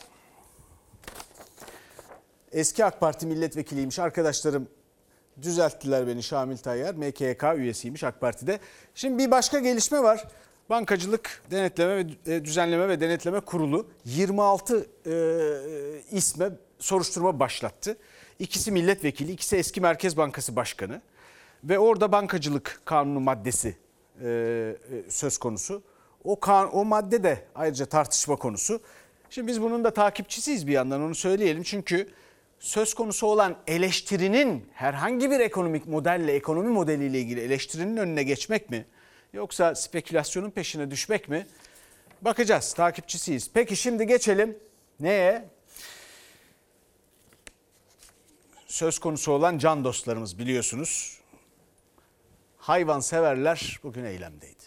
eski AK Parti milletvekiliymiş arkadaşlarım, düzelttiler beni, Şamil Tayyar M K Y K üyesiymiş AK Parti'de. Şimdi bir başka gelişme var. Bankacılık Denetleme ve Düzenleme ve Denetleme Kurulu yirmi altı e, isme soruşturma başlattı. İkisi milletvekili, ikisi eski Merkez Bankası Başkanı ve orada bankacılık kanunu maddesi e, söz konusu. O, kan, o madde de ayrıca tartışma konusu. Şimdi biz bunun da takipçisiyiz bir yandan, onu söyleyelim. Çünkü söz konusu olan eleştirinin herhangi bir ekonomik modelle, ekonomi modeliyle ilgili eleştirinin önüne geçmek mi? Yoksa spekülasyonun peşine düşmek mi? Bakacağız, takipçisiyiz. Peki şimdi geçelim neye? Söz konusu olan can dostlarımız, biliyorsunuz. Hayvanseverler bugün eylemdeydi.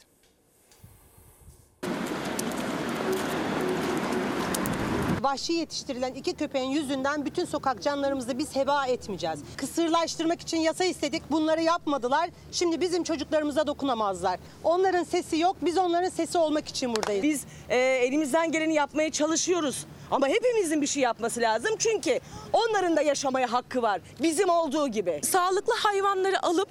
Vahşi yetiştirilen iki köpeğin yüzünden bütün sokak canlarımızı biz heba etmeyeceğiz. Kısırlaştırmak için yasa istedik, bunları yapmadılar. Şimdi bizim çocuklarımıza dokunamazlar. Onların sesi yok, biz onların sesi olmak için buradayız. Biz e, elimizden geleni yapmaya çalışıyoruz. Ama hepimizin bir şey yapması lazım. Çünkü onların da yaşamaya hakkı var. Bizim olduğu gibi. Sağlıklı hayvanları alıp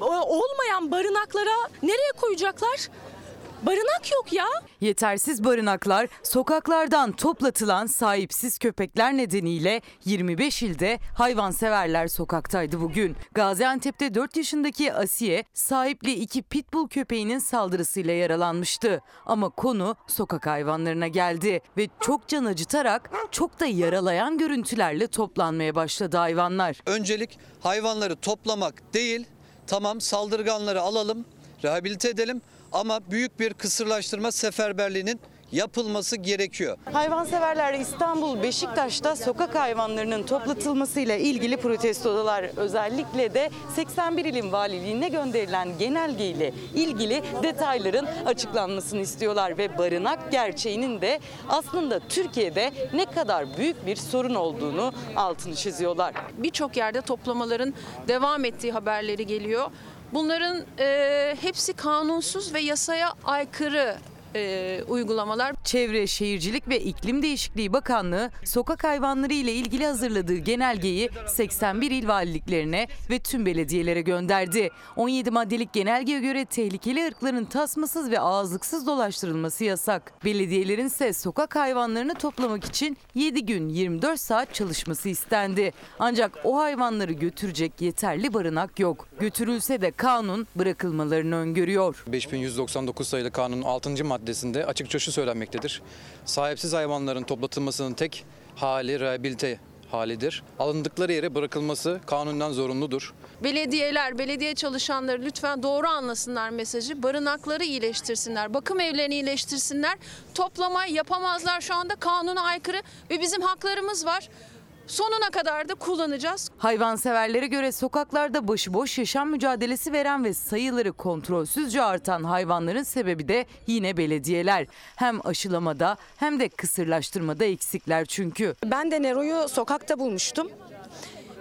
olmayan barınaklara nereye koyacaklar? Barınak yok ya. Yetersiz barınaklar, sokaklardan toplatılan sahipsiz köpekler nedeniyle yirmi beş ilde hayvanseverler sokaktaydı bugün. Gaziantep'te dört yaşındaki Asiye sahipli iki pitbull köpeğinin saldırısıyla yaralanmıştı. Ama konu sokak hayvanlarına geldi ve çok can acıtarak, çok da yaralayan görüntülerle toplanmaya başladı hayvanlar. Öncelik hayvanları toplamak değil, tamam saldırganları alalım, rehabilite edelim. Ama büyük bir kısırlaştırma seferberliğinin yapılması gerekiyor. Hayvanseverler İstanbul Beşiktaş'ta sokak hayvanlarının toplatılmasıyla ilgili protestodalar. Özellikle de seksen bir ilin valiliğine gönderilen genelgeyle ilgili detayların açıklanmasını istiyorlar ve barınak gerçeğinin de aslında Türkiye'de ne kadar büyük bir sorun olduğunu altını çiziyorlar. Birçok yerde toplamaların devam ettiği haberleri geliyor. Bunların e, hepsi kanunsuz ve yasaya aykırı e, uygulamalar. Çevre, Şehircilik ve İklim Değişikliği Bakanlığı sokak hayvanları ile ilgili hazırladığı genelgeyi seksen bir il valiliklerine ve tüm belediyelere gönderdi. on yedi maddelik genelgeye göre tehlikeli ırkların tasmasız ve ağızlıksız dolaştırılması yasak. Belediyelerin ise sokak hayvanlarını toplamak için yedi gün yirmi dört saat çalışması istendi. Ancak o hayvanları götürecek yeterli barınak yok. Götürülse de kanun bırakılmalarını öngörüyor. beş bin yüz doksan dokuz sayılı kanunun altıncı maddesinde açıkça şu söylenmektedir. Sahipsiz hayvanların toplatılmasının tek hali rehabilite halidir. Alındıkları yere bırakılması kanundan zorunludur. Belediyeler, belediye çalışanları lütfen doğru anlasınlar mesajı. Barınakları iyileştirsinler, bakım evlerini iyileştirsinler. Toplama yapamazlar, şu anda kanuna aykırı ve bizim haklarımız var. Sonuna kadar da kullanacağız. Hayvanseverlere göre sokaklarda başıboş yaşam mücadelesi veren ve sayıları kontrolsüzce artan hayvanların sebebi de yine belediyeler. Hem aşılamada hem de kısırlaştırmada eksikler çünkü. Ben de Nero'yu sokakta bulmuştum.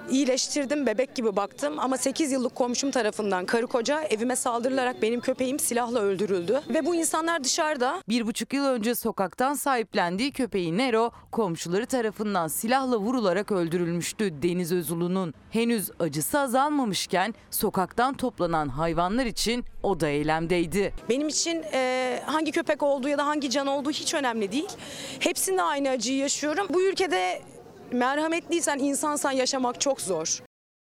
iyileştirdim, bebek gibi baktım ama sekiz yıllık komşum tarafından karı koca evime saldırılarak benim köpeğim silahla öldürüldü. Ve bu insanlar dışarıda. Bir buçuk yıl önce sokaktan sahiplendiği köpeği Nero komşuları tarafından silahla vurularak öldürülmüştü Deniz Özulu'nun. Henüz acısı azalmamışken sokaktan toplanan hayvanlar için o da eylemdeydi. Benim için e, hangi köpek olduğu ya da hangi can olduğu hiç önemli değil. Hepsinde aynı acıyı yaşıyorum. Bu ülkede merhametliysen, insansan yaşamak çok zor.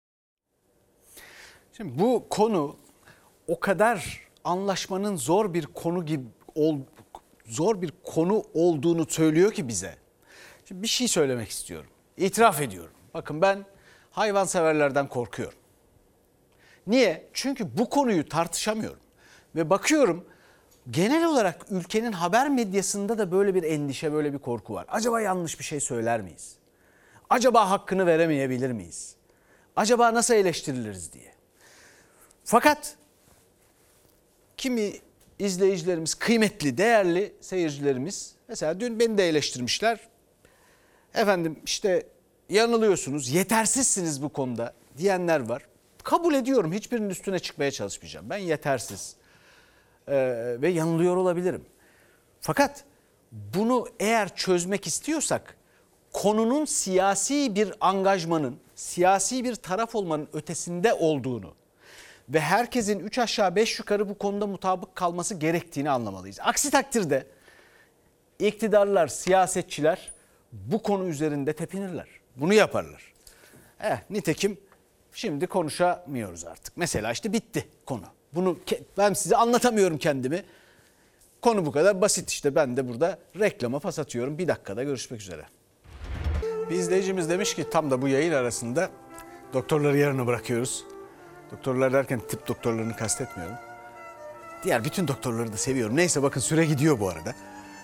Şimdi bu konu o kadar anlaşmanın zor bir konu gibi ol, zor bir konu olduğunu söylüyor ki bize. Şimdi bir şey söylemek istiyorum. İtiraf ediyorum. Bakın ben hayvanseverlerden korkuyorum. Niye? Çünkü bu konuyu tartışamıyorum. Ve bakıyorum genel olarak ülkenin haber medyasında da böyle bir endişe, böyle bir korku var. Acaba yanlış bir şey söyler miyiz? Acaba hakkını veremeyebilir miyiz? Acaba nasıl eleştiriliriz diye. Fakat kimi izleyicilerimiz, kıymetli, değerli seyircilerimiz, mesela dün beni de eleştirmişler. Efendim işte yanılıyorsunuz, yetersizsiniz bu konuda diyenler var. Kabul ediyorum, hiçbirinin üstüne çıkmaya çalışmayacağım. Ben yetersiz ee, ve yanılıyor olabilirim. Fakat bunu eğer çözmek istiyorsak konunun siyasi bir angajmanın, siyasi bir taraf olmanın ötesinde olduğunu ve herkesin üç aşağı beş yukarı bu konuda mutabık kalması gerektiğini anlamalıyız. Aksi takdirde iktidarlar, siyasetçiler bu konu üzerinde tepinirler. Bunu yaparlar. Eh, nitekim şimdi konuşamıyoruz artık. Mesela işte bitti konu. Bunu ben size anlatamıyorum kendimi. Konu bu kadar basit işte. Ben de burada reklama pas atıyorum. Bir dakikada görüşmek üzere. Bir izleyicimiz demiş ki tam da bu yayın arasında doktorları yarına bırakıyoruz. Doktorlar derken tıp doktorlarını kastetmiyorum. Diğer bütün doktorları da seviyorum. Neyse bakın süre gidiyor bu arada.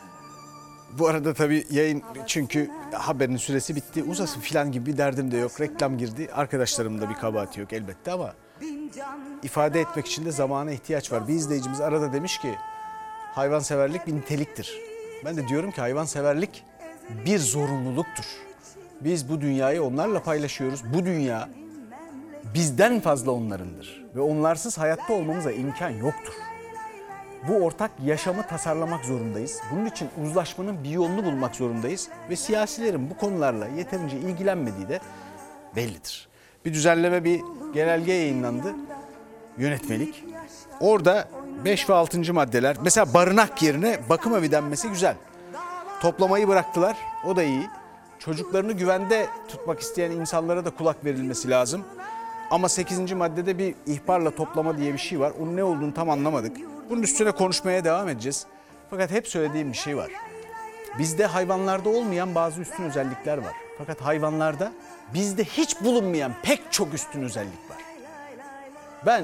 Bu arada tabii yayın çünkü haberin süresi bitti. Uzasın filan gibi bir derdim de yok. Reklam girdi. Arkadaşlarımın da bir kabahati yok elbette ama ifade etmek için de zamana ihtiyaç var. Bir izleyicimiz arada demiş ki hayvanseverlik bir niteliktir. Ben de diyorum ki hayvanseverlik bir zorunluluktur. Biz bu dünyayı onlarla paylaşıyoruz. Bu dünya bizden fazla onlarındır. Ve onlarsız hayatta olmamıza imkan yoktur. Bu ortak yaşamı tasarlamak zorundayız. Bunun için uzlaşmanın bir yolunu bulmak zorundayız. Ve siyasilerin bu konularla yeterince ilgilenmediği de bellidir. Bir düzenleme, bir genelge yayınlandı. Yönetmelik. Orada beş ve altıncı maddeler. Mesela barınak yerine bakım evi denmesi güzel. Toplamayı bıraktılar. O da iyi. Çocuklarını güvende tutmak isteyen insanlara da kulak verilmesi lazım. Ama sekizinci maddede bir ihbarla toplama diye bir şey var. Onun ne olduğunu tam anlamadık. Bunun üstüne konuşmaya devam edeceğiz. Fakat hep söylediğim bir şey var. Bizde hayvanlarda olmayan bazı üstün özellikler var. Fakat hayvanlarda bizde hiç bulunmayan pek çok üstün özellik var. Ben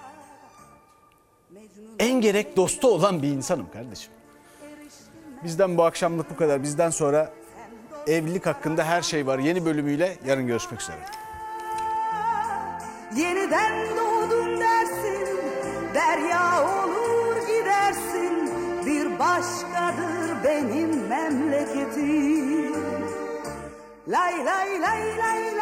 en gerek dostu olan bir insanım kardeşim. Bizden bu akşamlık bu kadar. Bizden sonra evlilik hakkında her şey var. Yeni bölümüyle yarın görüşmek üzere. Yeniden doğdum dersin, derya olur gidersin. Bir başkadır benim memleketim. Lay lay lay lay lay.